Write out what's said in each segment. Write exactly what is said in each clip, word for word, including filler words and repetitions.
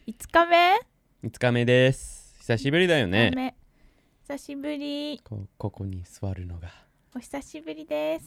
いつかめいつかめです。久しぶりだよね。 久しぶり。 こ, ここに座るのがお久しぶりです。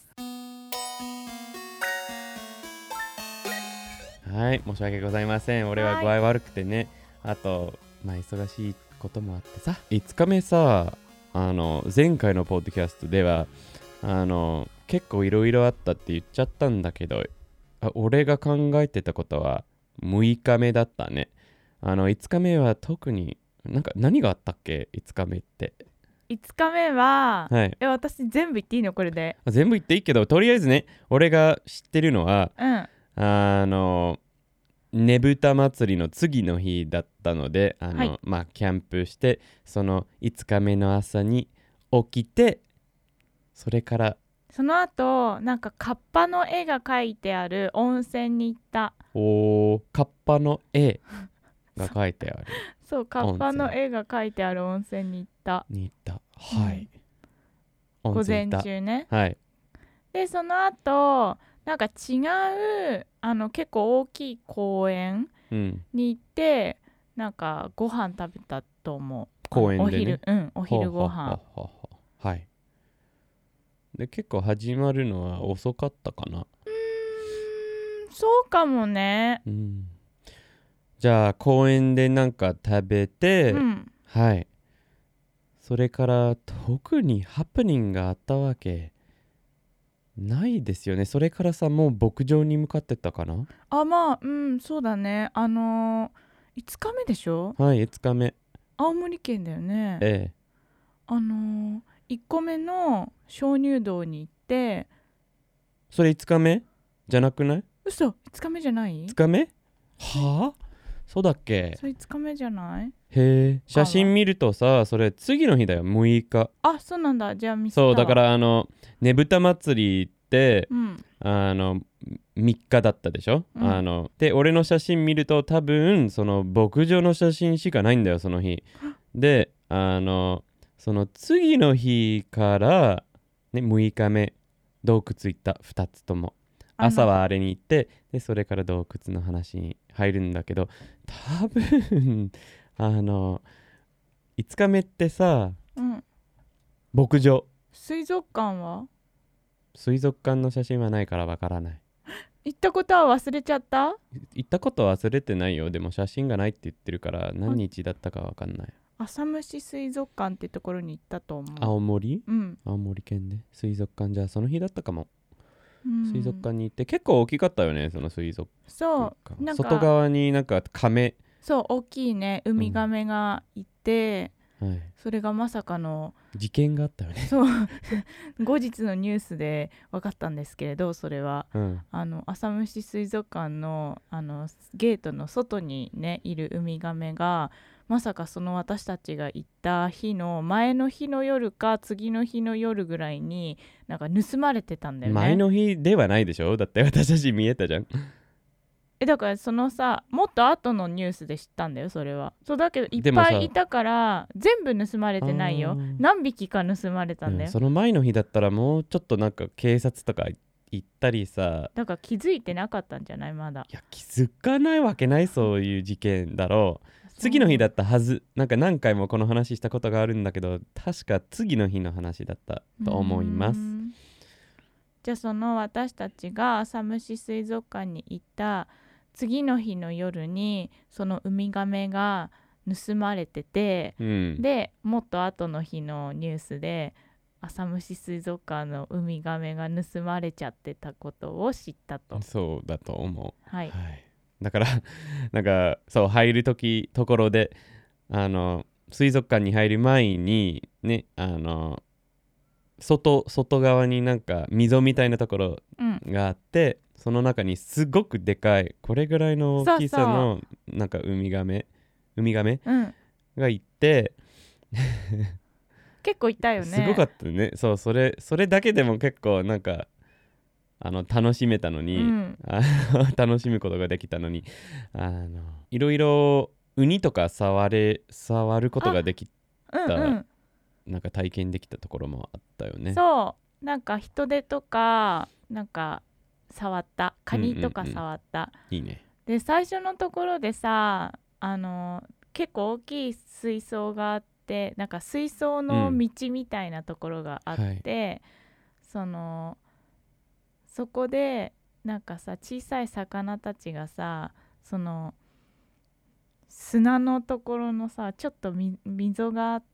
はい、申し訳ございません。俺は具合悪くてね、あとまあ忙しいこともあってさ、いつかめさ、あの前回のポッドキャストではあの結構いろいろあったって言っちゃったんだけど、あ俺が考えてたことはむいかめだったね。あのいつかめは特になんか何があったっけ？いつかめっていつかめは、 はい、 え私全部言っていいのこれで？ 全部言っていいけど、とりあえずね、俺が知ってるのは、 うん、 あのねぶた祭りの次の日だったので、あの、 はい、 まあキャンプして、そのいつかめの朝に起きて、それからその後なんかカッパの絵が描いてある温泉に行った。 おー、カッパの絵が書いてあるそう、カッパの絵が描いてある温泉に行った。 に行った。はい、 うん、午前温泉行った中ね。 はい。 でその後なんか違うあの結構大きい公園に行って、うん、なんかご飯食べたと思う。 公園でね。 お昼、うん、お昼ご飯。 ほうほうほうほうほう。はい。で結構始まるのは遅かったかな。 うーん、そうかもね。 うん。じゃあ公園でなんか食べて、 うん、 はい。それから特にハプニングがあったわけないですよね。それからさ、もう牧場に向かってったかな。 あ、まあ、うん、そうだね。あのー、いつかめでしょ？ はい、いつかめ。 青森県だよね。 ええ。 あのー、いっこめの鍾乳洞に行って。 それいつかめじゃなくない？ 嘘、いつかめじゃない？ いつかめはあ、そうだっけ？ それいつかめじゃない？ へえ、写真見るとさ、それ次の日だよ、むいか。 あ、そうなんだ。じゃあ見せたわ。 そうだから、あのねぶた祭りって、 うん、 あのみっかだったでしょ、 うん、 あので俺の写真見ると多分その牧場の写真しかないんだよ、その日で。あのその次の日から、ね、むいかめ洞窟行った。ふたつとも朝はあれに行って、でそれから洞窟の話に入るんだけど、多分あのいつかめってさ、 うん、 牧場、 水族館は水族館の写真はないからわからない。 行ったことは忘れちゃった？ 行ったことは忘れてないよ。でも写真がないって言ってるから何日だったかわかんない。 浅虫水族館ってところに行ったと思う。 青森、 うん、 青森県で水族館、じゃあその日だったかも。 うん、 水族館に行って結構大きかったよね、その水族館。 そうなんか外側になんかカメ、 そう大きいねウミガメがいて、 うん、はい、 それがまさかの事件があったよね。 そう後日のニュースで分かったんですけれど、それは、 うん、 あの浅虫水族館の、あのゲートの外にねいるウミガメがまさかその私たちが行った日の前の日の夜か次の日の夜ぐらいになんか盗まれてたんだよね。 前の日ではないでしょ、だって私たち見えたじゃん。 えだからそのさもっと後のニュースで知ったんだよ、それは。そうだけどいっぱいいたから全部盗まれてないよ。何匹か盗まれたんだよ、 うん、その前の日だったらもうちょっとなんか警察とか行ったりさ。 だから気づいてなかったんじゃない？まだ。 いや気づかないわけない、そういう事件だろう。次の日だったはず。なんか何回もこの話したことがあるんだけど、確か次の日の話だったと思います。 じゃあその私たちが浅虫水族館に行った次の日の夜にそのウミガメが盗まれてて、 うん、 でもっと後の日のニュースで浅虫水族館のウミガメが盗まれちゃってたことを知ったと。 そうだと思う。 はい、 はい、だからなんかそう入る時ところで、あの水族館に入る前にね、あの外外側になんか溝みたいなところがあって、うん、その中にすごくでかいこれぐらいの大きさのなんかウミガメウミガメがいて、うん、 結構いたよね。 すごかったね。そう、それそれだけでも結構なんかあの楽しめたのに、うん、あ楽しむことができたのに、あのいろいろウニとか触れ触ることができた、うんうん、なんか体験できたところもあったよね。 そうなんか人手とかなんか触ったカニとか触った、 うんうんうん、いいね。 で最初のところでさあの結構大きい水槽があって、なんか水槽の道みたいなところがあって、 はい、 そのそこでなんかさ小さい魚たちがさ、その砂のところのさちょっとみ溝があって、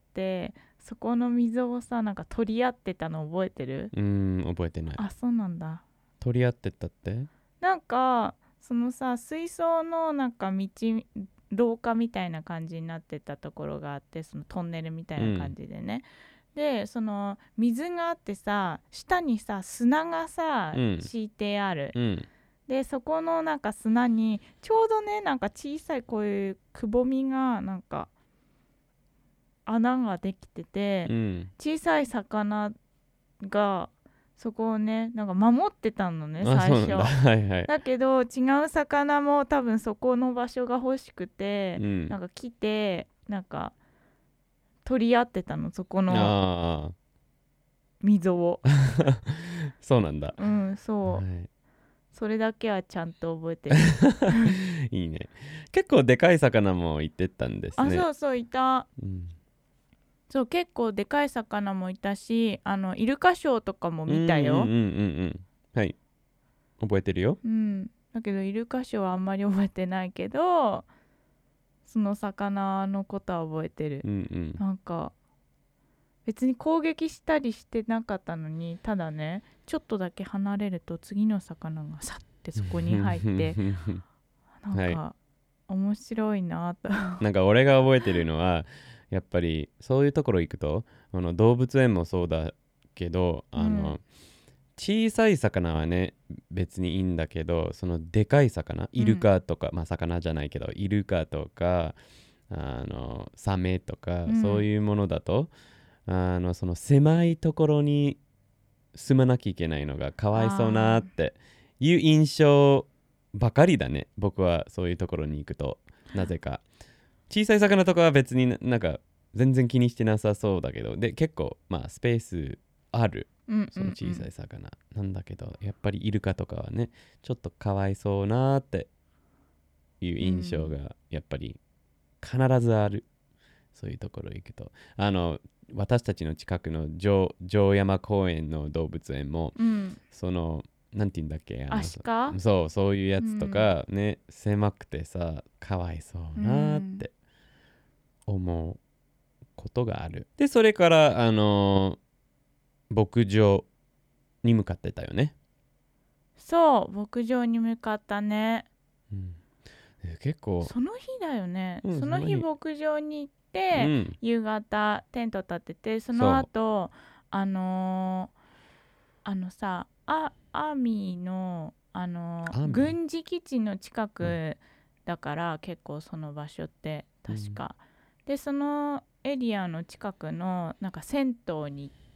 そこの溝をさなんか取り合ってたの覚えてる？ うーん覚えてない。 あ、そうなんだ。 取り合ってたって？ なんかそのさ水槽のなんか道廊下みたいな感じになってたところがあって、そのトンネルみたいな感じでね、でその水があってさ、下にさ砂がさ、 うん敷いてある。 うんでそこのなんか砂にちょうどねなんか小さいこういうくぼみがなんか穴ができてて、 うん小さい魚がそこをねなんか守ってたのねあ、 最初。 そうなんだ。はいはい。 だけど違う魚も多分そこの場所が欲しくて、 うんなんか来てなんか取り合ってたの、そこのあ溝を。 あそうなんだ。 うんそう、 はいそれだけはちゃんと覚えてる。 いいね。結構でかい魚もいてたんですあ、 ね。 そうそういた。 うんそう結構でかい魚もいたし、あのイルカショーとかも見たよ。 うんうんうんうんうんはい覚えてるよ。 うんだけどイルカショーはあんまり覚えてないけど、その魚のことは覚えてる。 うんうんなんか別に攻撃したりしてなかったのに、ただねちょっとだけ離れると次の魚がさってそこに入ってなんか、 は面白いなと。 なんか俺が覚えてるのはやっぱりそういうところ行くとあの動物園もそうだけどあの、 うん小さい魚はね別にいいんだけど、そのでかい魚イルカとか、まあ魚じゃないけどイルカとかあのサメとか、 うんそういうものだとあのその狭いところに住まなきゃいけないのがかわいそうなっていう印象ばかりだね。僕はそういうところに行くとなぜか小さい魚とかは別にななんか全然気にしてなさそうだけど、で結構まあスペースあるうんうんその小さい魚なんだけど、やっぱりイルカとかはねちょっとかわいそうなっていう印象がやっぱり必ずある、そういうところ行くと。あの私たちの近くの城城山公園の動物園もうんそのなんて言うんだっけ、あのアシカそうそういうやつとかね、狭くてさかわいそうなって思うことがある。でそれからあの牧場に向かってたよね。 そう牧場に向かったね。 うんえ結構その日だよね、 うんその日その牧場に行っうて、 ん夕方テント立てて、その後あのーあのさあアーミーの、あのーアーミー軍事基地の近うくだから、結構その場所って確か、でそのエリアの近くのなんか銭湯に行って、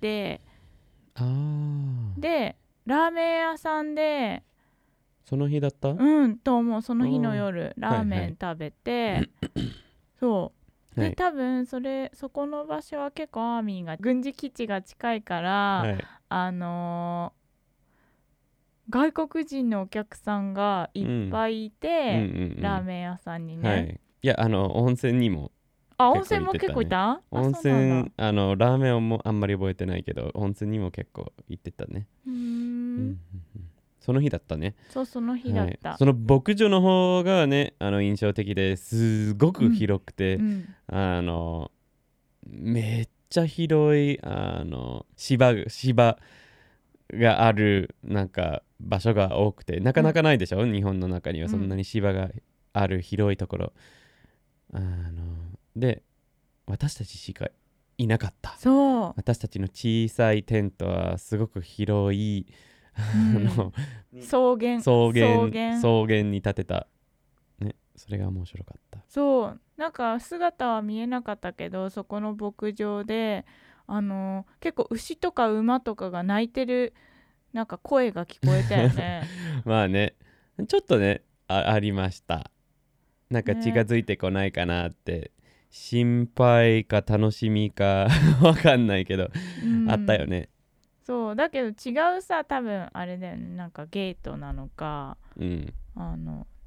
あーでラーメン屋さんで、 その日だった、 うんと思う、その日の夜ラーメはいはいン食べて、そうで、 はい多分それそこの場所は結構アーミーが軍事基地が近いから、 はいあのー外国人のお客さんがいっぱいいて、 うんうんうん、 ラーメン屋さんにね、 はいいやあの温泉にもあ温結構泉も結構いた？あ温そうなんだ。 泉あのラーメンもあんまり覚えてないけど温泉にも結構行ってたね。 うーんうんうんうんその日だったね。 そうその日だった、 はい、その牧場の方がねあの印象的ですごく広くて、 うんあのめっちゃ広いあの芝芝があるなんか場所が多くてなかなかないでしょ、うん、日本の中にはそんなに芝がある広いところ、あので私たちしかいなかった。 そう私たちの小さいテントはすごく広い、 うんあの草原草原草原草原に立てたね、それが面白かった。 そうなんか姿は見えなかったけど、そこの牧場であの結構牛とか馬とかが鳴いてるなんか声が聞こえたよね。 まあねちょっとね あ, ありました。なんか近づいてこないかなって、ね、心配か楽しみかわかんないけど、うん、あったよね。 そうだけど違うさ、多分あれだよね、なんかゲートなのか、 うん、 あの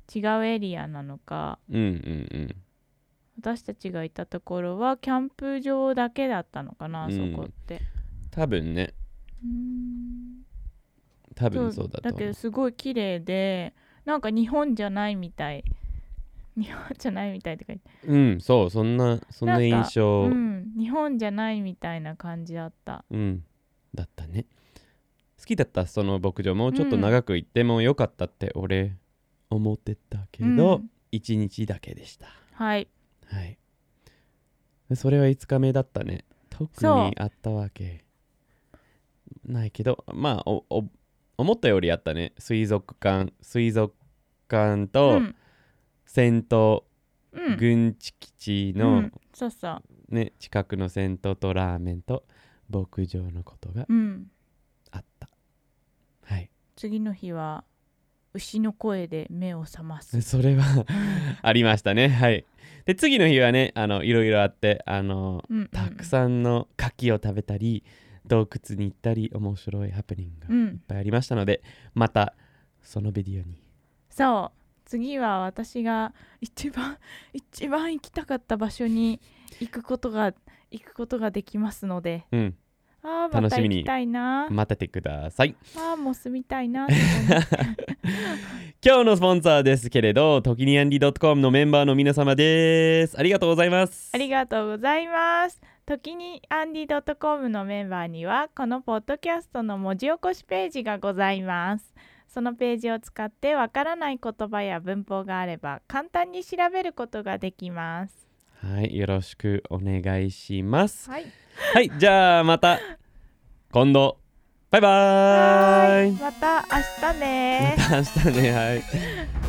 違うエリアなのか、 うんうんうん私たちがいたところはキャンプ場だけだったのかな、 うんそこって。 多分ねうーん多分そうだとだ思う。 けどすごい綺麗で、なんか日本じゃないみたい日本じゃないみたいとか言って、 うんそうそんなそんな印象、 うん、日本じゃないみたいな感じだった。 うんだったね。好きだったその牧場、もうちょっと長く行ってもよかったって俺思ってたけど、 うんいちにちだけでした。 はいはいそれはいつかめだったね。特にあったわけないけど、まあおお思ったよりあったね。水族館水族館とうん戦闘、 うん軍地基地うの、 ん、そうそうね、近くの銭湯とラーメンと牧場のことがうんあった。はい次の日は牛の声で目を覚ます。 それはありましたね。はいで次の日はね、あのいろいろあって、あの、 うんうん、 たくさんの柿を食べたり洞窟に行ったり面白いハプニングがいっぱいありましたので、うん、またそのビデオに。 そう次は私が一番一番行きたかった場所に行くことが行くことができますので、 うん、 あーまた行きたいな、 待っててください。 あーもう住みたいな今日のスポンサーですけれど、ときにアンディ .com のメンバーの皆様です。ありがとうございます。 ありがとうございます。ときにアンディ .com のメンバーにはこのポッドキャストの文字起こしページがございます。そのページを使ってわからない言葉や文法があれば簡単に調べることができます。 はい、よろしくお願いします。 はい、 はい、じゃあまた今度。バイバーイ。 また明日ね。 また明日ね。はい。